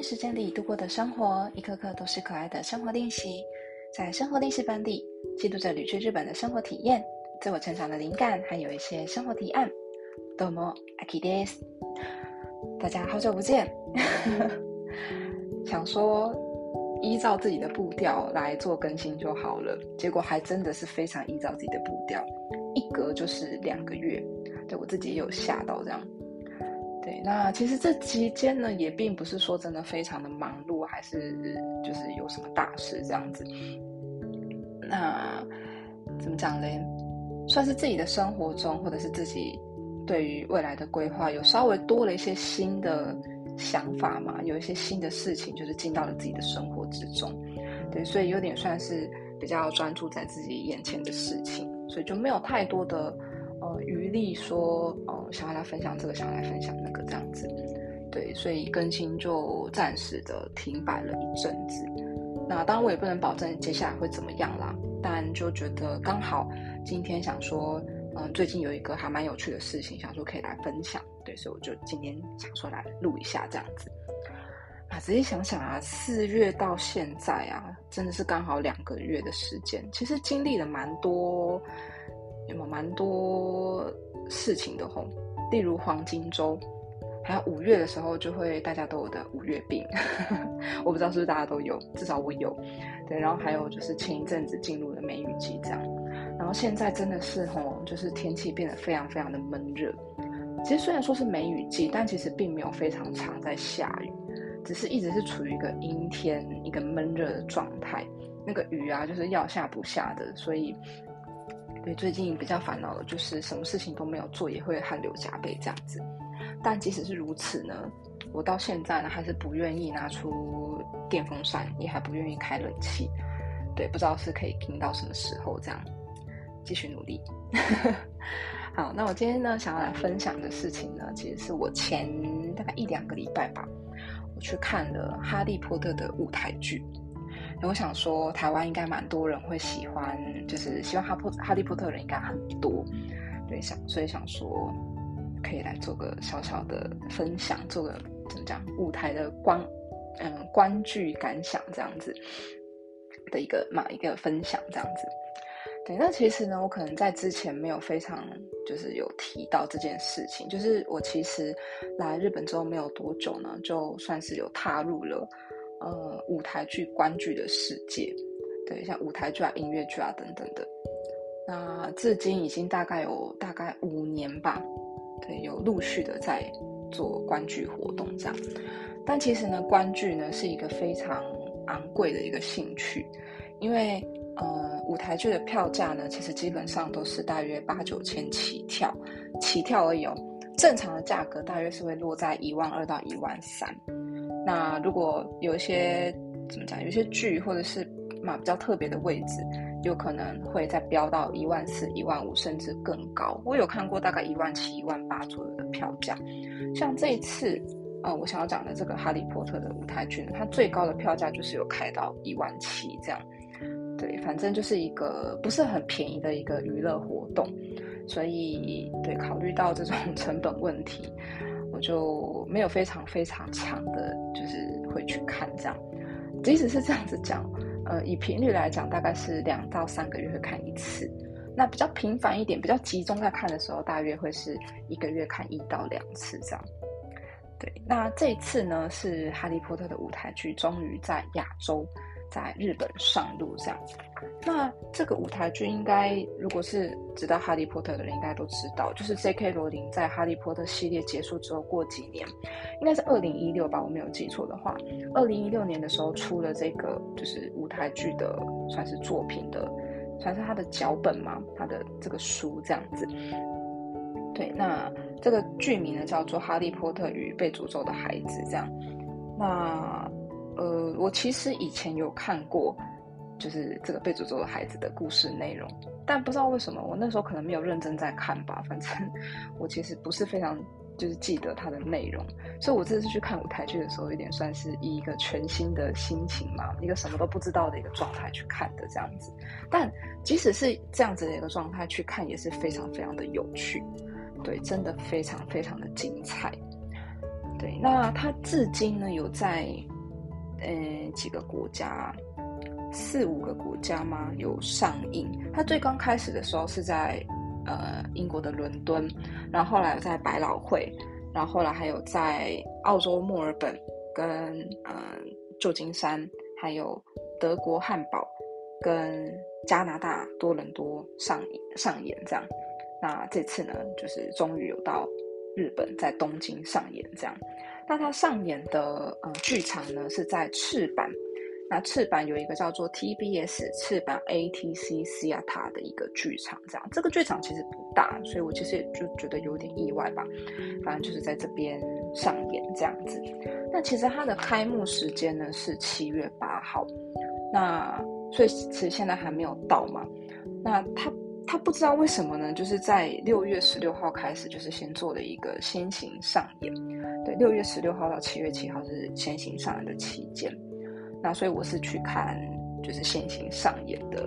定时间里度过的生活，一颗颗都是可爱的生活练习。在生活练习本里，记录着旅居日本的生活体验、自我成长的灵感，还有一些生活提案。どうも、アキです。大家好久不见。想说依照自己的步调来做更新就好了，结果还真的是非常依照自己的步调，一隔就是2个月。对，我自己也有吓到这样。对，那其实这期间呢，也并不是说真的非常的忙碌，还是就是有什么大事这样子。那怎么讲呢？算是自己的生活中，或者是自己对于未来的规划，有稍微多了一些新的想法嘛，有一些新的事情，就是进到了自己的生活之中。对，所以有点算是比较专注在自己眼前的事情，所以就没有太多的余力说想要来分享这个，想要来分享那个这样子。对，所以更新就暂时的停摆了一阵子。那当然我也不能保证接下来会怎么样啦，但就觉得刚好今天想说最近有一个还蛮有趣的事情，想说可以来分享。对，所以我就今天想说来录一下这样子。仔细想想啊，4月到现在啊，真的是刚好2个月的时间，其实经历了蛮多事情的吼，例如黄金周，还有5月的时候就会大家都有的5月病，我不知道是不是大家都有，至少我有。对，然后还有就是前一阵子进入了梅雨季这样，然后现在真的是就是天气变得非常非常的闷热。其实虽然说是梅雨季，但其实并没有非常常在下雨，只是一直是处于一个阴天、一个闷热的状态。那个雨啊，就是要下不下的，所以对最近比较烦恼的就是什么事情都没有做，也会汗流浃背这样子。但即使是如此呢，我到现在呢还是不愿意拿出电风扇，也还不愿意开冷气。对，不知道是可以听到什么时候这样，继续努力。好，那我今天呢想要来分享的事情呢，其实是我前大概1-2个礼拜吧，我去看了《哈利波特》的舞台剧。我想说台湾应该蛮多人会喜欢，就是希望哈利波特的人应该很多。对，所以想说可以来做个小小的分享，做个怎么讲舞台的观剧感想这样子的一个分享这样子。对，那其实呢，我可能在之前没有非常就是有提到这件事情，就是我其实来日本之后没有多久呢，就算是有踏入了舞台剧观剧的世界。对，像舞台剧啊、音乐剧啊等等的。那至今已经大概5年吧。对，有陆续的在做观剧活动这样。但其实呢，观剧呢是一个非常昂贵的一个兴趣，因为舞台剧的票价呢，其实基本上都是大约8-9千起跳而已哦。正常的价格大约是会落在12000到13000。那如果有一些怎么讲，有一些剧或者是比较特别的位置，有可能会再飙到14000、15000甚至更高。我有看过大概17000、18000左右的票价。像这一次我想要讲的这个哈利波特的舞台剧呢，它最高的票价就是有开到17000这样。对，反正就是一个不是很便宜的一个娱乐活动，所以对，考虑到这种成本问题，我就没有非常非常长的就是会去看这样。即使是这样子讲，以频率来讲，大概是2到3个月会看1次。那比较频繁一点，比较集中在看的时候，大约会是1个月看1到2次这样。对，那这一次呢，是哈利波特的舞台剧终于在亚洲，在日本上路这样。那这个舞台剧应该，如果是知道哈利波特的人应该都知道，就是 J.K. 罗琳在哈利波特系列结束之后过几年，应该是2016吧，我没有记错的话，2016年的时候出了这个就是舞台剧的算是作品的，算是他的脚本嘛，他的这个书这样子。对，那这个剧名呢叫做《哈利波特与被诅咒的孩子》这样。那我其实以前有看过就是这个被诅咒的孩子的故事内容，但不知道为什么我那时候可能没有认真在看吧，反正我其实不是非常就是记得它的内容，所以我这次去看舞台剧的时候有点算是以一个全新的心情嘛，一个什么都不知道的一个状态去看的这样子。但即使是这样子的一个状态去看也是非常非常的有趣。对，真的非常非常的精彩。对，那他至今呢有在几个国家，4-5个国家吗？有上映。它最刚开始的时候是在英国的伦敦，然后后来有在百老汇，然后后来还有在澳洲墨尔本跟旧金山，还有德国汉堡跟加拿大多伦多上演这样。那这次呢，就是终于有到日本，在东京上演这样。那它上演的剧场呢是在赤坂，那赤坂有一个叫做 TBS 赤坂 ATC Theater 的一个剧场这样。这个剧场其实不大，所以我其实也就觉得有点意外吧。反正就是在这边上演这样子。那其实它的开幕时间呢是7月8号，那所以其实现在还没有到嘛。那他不知道为什么呢，就是在6月16号开始，就是先做了一个先行上演。对，6月16号到7月7号是先行上演的期间。那所以我是去看就是先行上演的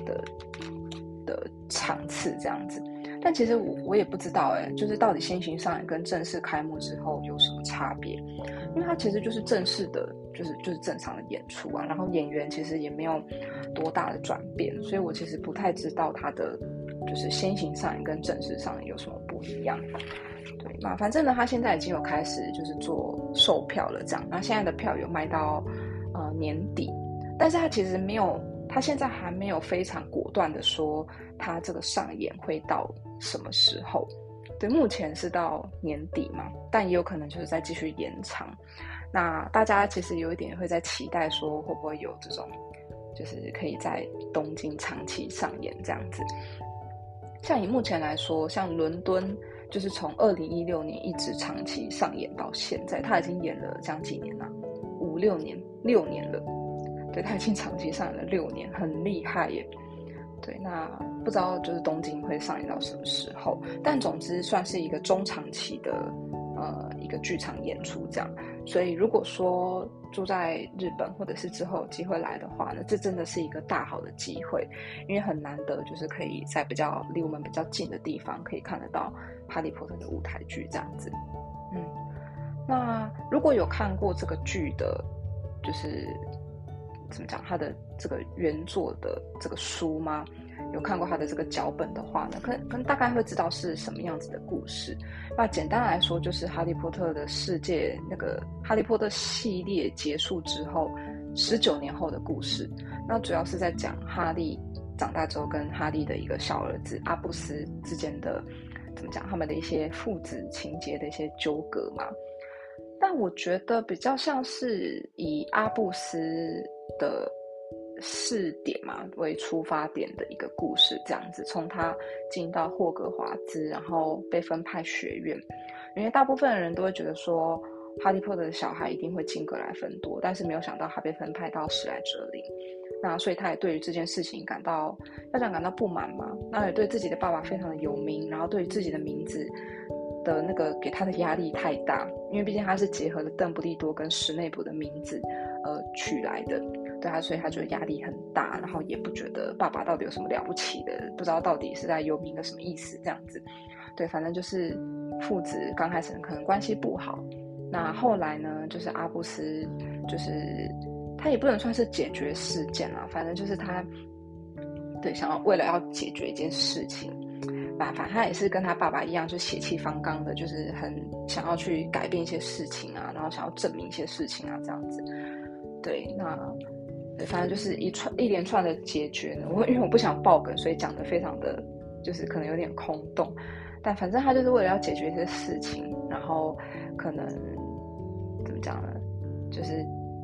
场次这样子。但其实我也不知道就是到底先行上演跟正式开幕之后有什么差别，因为它其实就是正式的就是正常的演出啊，然后演员其实也没有多大的转变，所以我其实不太知道它的就是先行上演跟正式上演有什么不一样。对嘛，反正呢，它现在已经有开始就是做售票了这样，那现在的票有卖到年底，但是它其实没有，它现在还没有非常果断的说它这个上演会到什么时候。对，目前是到年底嘛，但也有可能就是再继续延长。那大家其实有一点会在期待说会不会有这种就是可以在东京长期上演这样子。像以目前来说，像伦敦就是从2016年一直长期上演到现在，他已经演了这样几年了，5-6年，6年了。对，他已经长期上演了6年，很厉害耶。对，那不知道就是东京会上演到什么时候，但总之算是一个中长期的一个剧场演出这样。所以如果说住在日本或者是之后有机会来的话呢，这真的是一个大好的机会，因为很难得就是可以在离我们比较近的地方可以看得到哈利波特的舞台剧这样子。那如果有看过这个剧的就是怎么讲，他的这个原作的这个书吗？有看过他的这个脚本的话呢，可能大概会知道是什么样子的故事。那简单来说，就是哈利波特的世界，那个哈利波特系列结束之后19年后的故事。那主要是在讲哈利长大之后跟哈利的一个小儿子阿布斯之间的怎么讲，他们的一些父子情节的一些纠葛嘛。但我觉得比较像是以阿布斯的视点嘛为出发点的一个故事，这样子从他进到霍格华兹，然后被分派学院。因为大部分的人都会觉得说哈利波特的小孩一定会进格莱芬多，但是没有想到他被分派到史莱哲林。那所以他也对于这件事情感到不满嘛，那也对自己的爸爸非常的有名，然后对于自己的名字的那个给他的压力太大，因为毕竟他是结合了邓布利多跟史内普的名字取来的，对他，所以他觉得压力很大，然后也不觉得爸爸到底有什么了不起的，不知道到底是在有名的什么意思这样子。对，反正就是父子刚开始可能关系不好，那后来呢，就是阿布斯就是他也不能算是解决事件啦，反正就是他对为了要解决一件事情。反正他也是跟他爸爸一样，就血气方刚的，就是很想要去改变一些事情啊，然后想要证明一些事情啊，这样子。对，反正就是一连串的解决呢。因为我不想爆梗，所以讲的非常的就是可能有点空洞。但反正他就是为了要解决一些事情，然后可能怎么讲呢？就是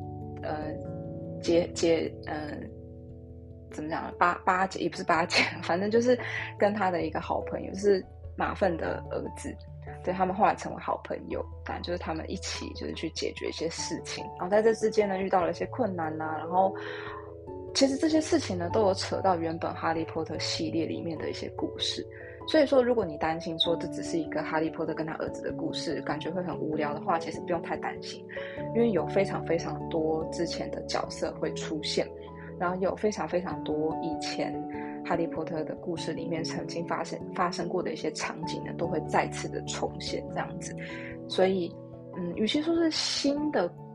怎么讲？巴结也不是巴结，反正就是跟他的一个好朋友，就是马粪的儿子，对，他们后来成为好朋友，但就是他们一起就是去解决一些事情，然后在这之间呢遇到了一些困难啊，然后其实这些事情呢都有扯到原本哈利波特系列里面的一些故事。所以说如果你担心说这只是一个哈利波特跟他儿子的故事，感觉会很无聊的话，其实不用太担心，因为有非常非常多之前的角色会出现，然后有非常非常多以前哈利波特的故事里面曾经发生过的一些场景呢，都会再次的重现这样子。所以与其说是新的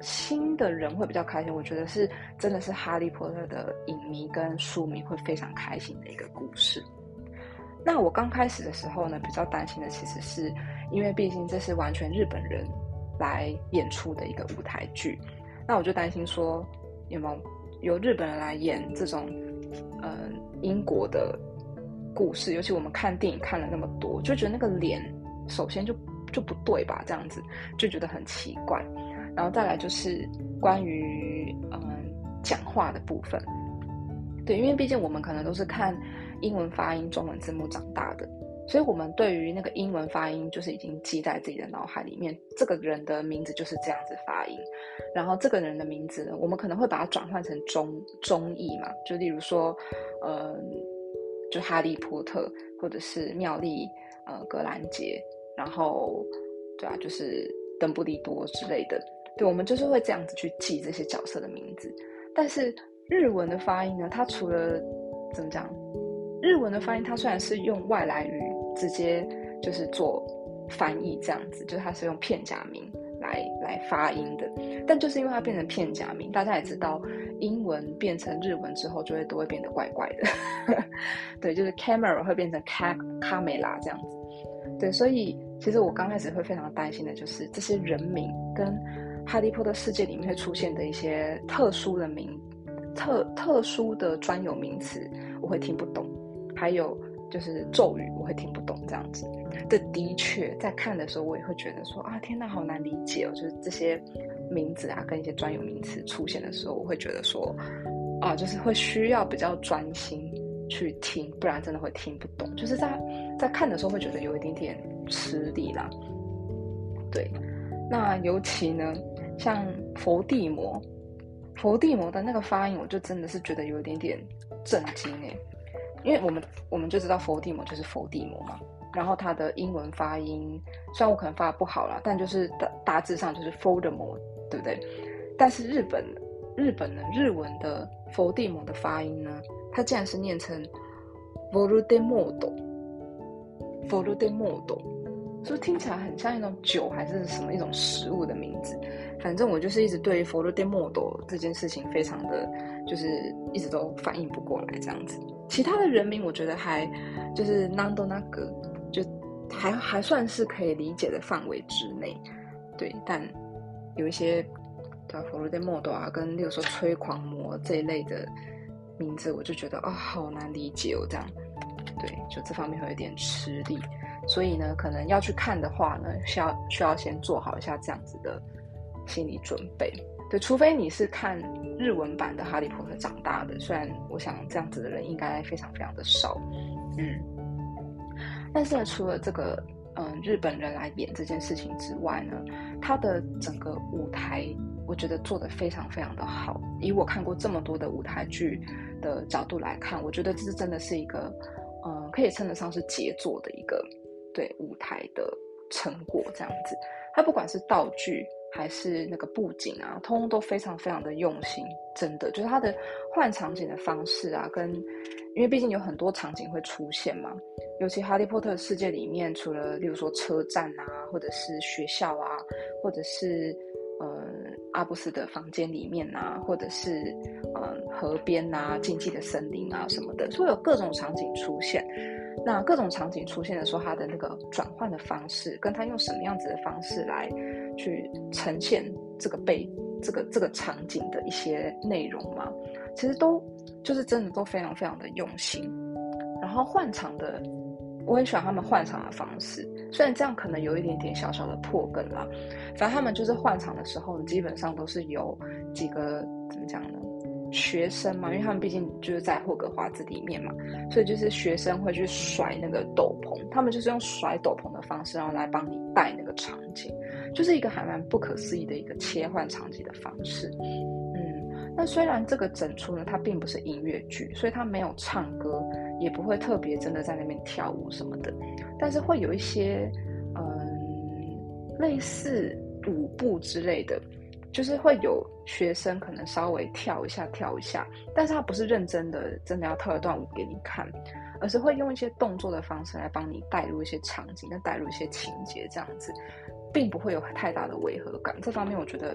新的人会比较开心，我觉得是真的是哈利波特的影迷跟书迷会非常开心的一个故事。那我刚开始的时候呢，比较担心的其实是因为毕竟这是完全日本人来演出的一个舞台剧，那我就担心说有日本人来演这种英国的故事，尤其我们看电影看了那么多，就觉得那个脸首先就不对吧，这样子就觉得很奇怪。然后再来就是关于讲话的部分，对，因为毕竟我们可能都是看英文发音中文字幕长大的，所以我们对于那个英文发音就是已经记在自己的脑海里面，这个人的名字就是这样子发音，然后这个人的名字呢，我们可能会把它转换成中译嘛，就例如说就哈利波特或者是妙丽格兰杰，然后对啊，就是邓布利多之类的，对，我们就是会这样子去记这些角色的名字。但是日文的发音呢，它除了怎么讲，日文的发音它虽然是用外来语直接就是做翻译这样子，就是它是用片假名来发音的，但就是因为它变成片假名，大家也知道英文变成日文之后都会变得怪怪的对，就是 camera 会变成 camera 这样子，对，所以其实我刚开始会非常担心的就是这些人名跟哈利波特世界里面会出现的一些特殊的专有名词我会听不懂，还有就是咒语我会听不懂这样子。的确在看的时候我也会觉得说啊，天哪，好难理解哦，就是这些名字啊跟一些专有名词出现的时候，我会觉得说啊，就是会需要比较专心去听，不然真的会听不懂，就是在看的时候会觉得有一点点吃力啦。对，那尤其呢像伏地魔的那个发音，我就真的是觉得有一点点震惊耶，因为我们就知道伏地魔就是伏地魔嘛，然后他的英文发音虽然我可能发的不好啦，但就是大致上就是 Voldemort， 对不对？但是日文的伏地魔的发音呢，它竟然是念成 Voldemort， 是不是听起来很像一种酒还是什么一种食物的名字？反正我就是一直对于 Voldemort 这件事情非常的就是一直都反应不过来这样子。其他的人名我觉得还就是なんとなく就还算是可以理解的范围之内，对，但有一些对啊，Voldemort啊跟例如说催狂魔这一类的名字，我就觉得好难理解哦，这样，对，就这方面会有点吃力。所以呢，可能要去看的话呢，需要先做好一下这样子的心理准备。对，除非你是看日文版的《哈利波特》长大的，虽然我想这样子的人应该非常非常的少，但是呢，除了这个日本人来演这件事情之外呢，他的整个舞台我觉得做得非常非常的好。以我看过这么多的舞台剧的角度来看，我觉得这是真的是一个可以称得上是杰作的一个对舞台的成果这样子。它不管是道具还是那个布景啊，通通都非常非常的用心，真的就是它的换场景的方式啊，因为毕竟有很多场景会出现嘛，尤其哈利波特世界里面，除了例如说车站啊，或者是学校啊，或者是阿布斯的房间里面啊，或者是河边啊、禁忌的森林啊什么的，所以有各种场景出现。那各种场景出现的时候，它的那个转换的方式，跟它用什么样子的方式来去呈现这个场景的一些内容嘛，其实都就是真的都非常非常的用心。然后换场的，我很喜欢他们换场的方式，虽然这样可能有一点点小小的破梗啦，反正他们就是换场的时候，基本上都是有几个怎么讲呢？学生嘛，因为他们毕竟就是在霍格华兹里面嘛，所以就是学生会去甩那个斗篷，他们就是用甩斗篷的方式，然后来帮你带那个场景，就是一个还蛮不可思议的一个切换场景的方式。那虽然这个整出呢，它并不是音乐剧，所以它没有唱歌，也不会特别真的在那边跳舞什么的，但是会有一些类似舞步之类的。就是会有学生可能稍微跳一下，但是他不是认真的真的要跳一段舞给你看，而是会用一些动作的方式来帮你带入一些场景，跟带入一些情节这样子，并不会有太大的违和感。这方面我觉得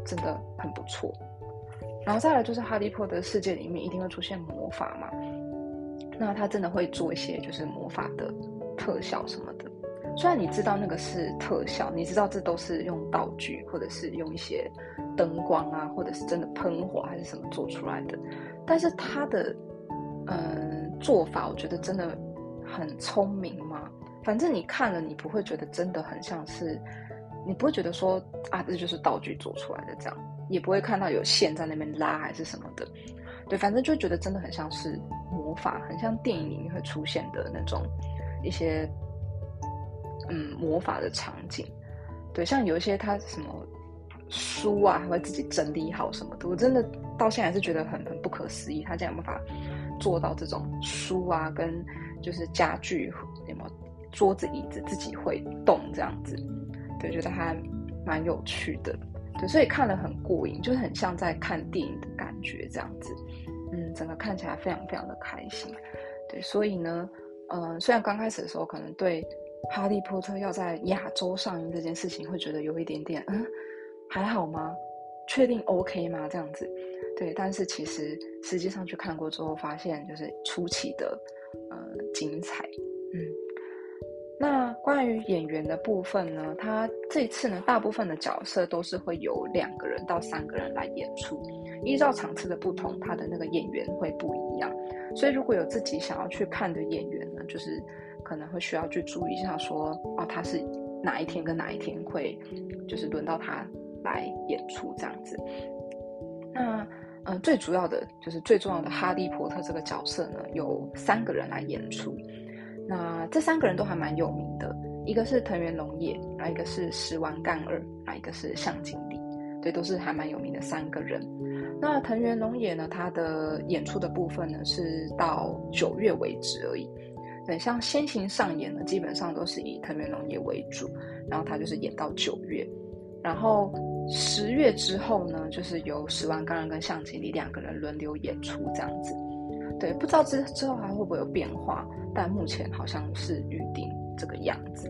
真的很不错。然后再来就是哈利波特的世界里面一定会出现魔法嘛，那他真的会做一些就是魔法的特效什么的。虽然你知道那个是特效，你知道这都是用道具或者是用一些灯光啊，或者是真的喷火还是什么做出来的，但是他的做法我觉得真的很聪明嘛。反正你看了你不会觉得真的很像是，你不会觉得说啊这就是道具做出来的这样，也不会看到有线在那边拉还是什么的。对，反正就觉得真的很像是魔法，很像电影里面会出现的那种一些魔法的场景。对，像有一些他什么书啊还会自己整理好什么的，我真的到现在还是觉得很不可思议，他竟然有办法做到这种书啊跟就是家具有没有桌子椅子自己会动这样子。对，觉得还蛮有趣的。对，所以看了很过瘾，就是很像在看电影的感觉这样子。整个看起来非常非常的开心。对，所以呢虽然刚开始的时候可能对哈利波特要在亚洲上映这件事情会觉得有一点点还好吗？确定 OK 吗？这样子。对，但是其实实际上去看过之后发现就是出奇的精彩。那关于演员的部分呢，他这次呢大部分的角色都是会由2个人到3个人来演出，依照场次的不同，他的那个演员会不一样。所以如果有自己想要去看的演员呢，就是可能会需要去注意一下说他是哪一天跟哪一天会就是轮到他来演出这样子。那最主要的就是最重要的哈利波特这个角色呢，有3个人来演出。那这3个人都还蛮有名的，一个是藤原龙也，然后一个是石丸干二，然后一个是向井理。对，都是还蛮有名的3个人。那藤原龙也呢，他的演出的部分呢是到9月为止而已。对，像先行上演呢，基本上都是以藤原龙也为主，然后他就是演到9月，然后10月之后呢，就是由石丸干二跟向井理2个人轮流演出这样子。对，不知道之后还会不会有变化，但目前好像是预定这个样子。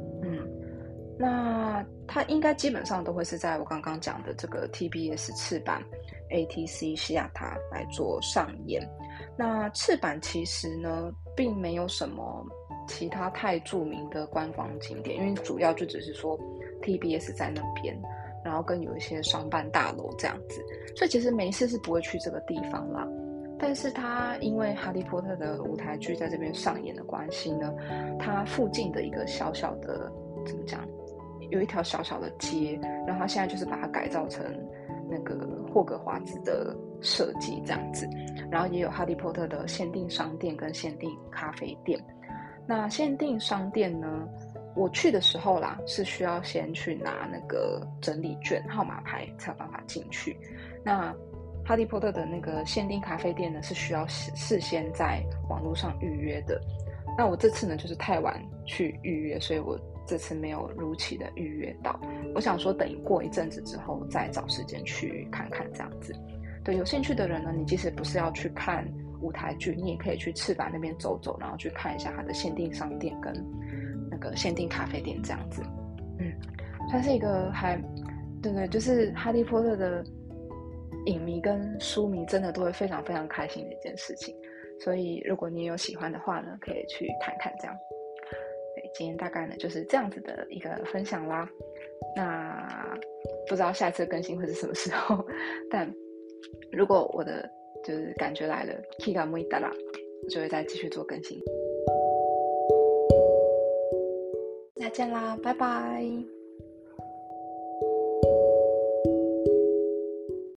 那它应该基本上都会是在我刚刚讲的这个 TBS 赤坂 ATC 西雅塔来做上演。那赤坂其实呢并没有什么其他太著名的观光景点，因为主要就只是说 TBS 在那边，然后跟有一些商办大楼这样子，所以其实没事是不会去这个地方啦。但是它因为哈利波特的舞台剧在这边上演的关系呢，它附近的一个小小的怎么讲，有一条小小的街，然后它现在就是把它改造成那个霍格华兹的设计这样子，然后也有哈利波特的限定商店跟限定咖啡店。那限定商店呢，我去的时候啦是需要先去拿那个整理券号码牌才有办法进去。那哈利波特的那个限定咖啡店呢是需要事先在网络上预约的。那我这次呢就是太晚去预约，所以我这次没有如期的预约到。我想说等过一阵子之后再找时间去看看这样子。对，有兴趣的人呢，你即使不是要去看舞台剧，你也可以去赤坂那边走走，然后去看一下它的限定商店跟那个限定咖啡店这样子。它是一个对，就是哈利波特的影迷跟书迷真的都会非常非常开心的一件事情，所以如果你有喜欢的话呢，可以去看看这样。对，今天大概呢就是这样子的一个分享啦。那不知道下一次更新会是什么时候，但如果我的就是感觉来了 Kiga Muita 啦，我就会再继续做更新。再见啦，拜拜。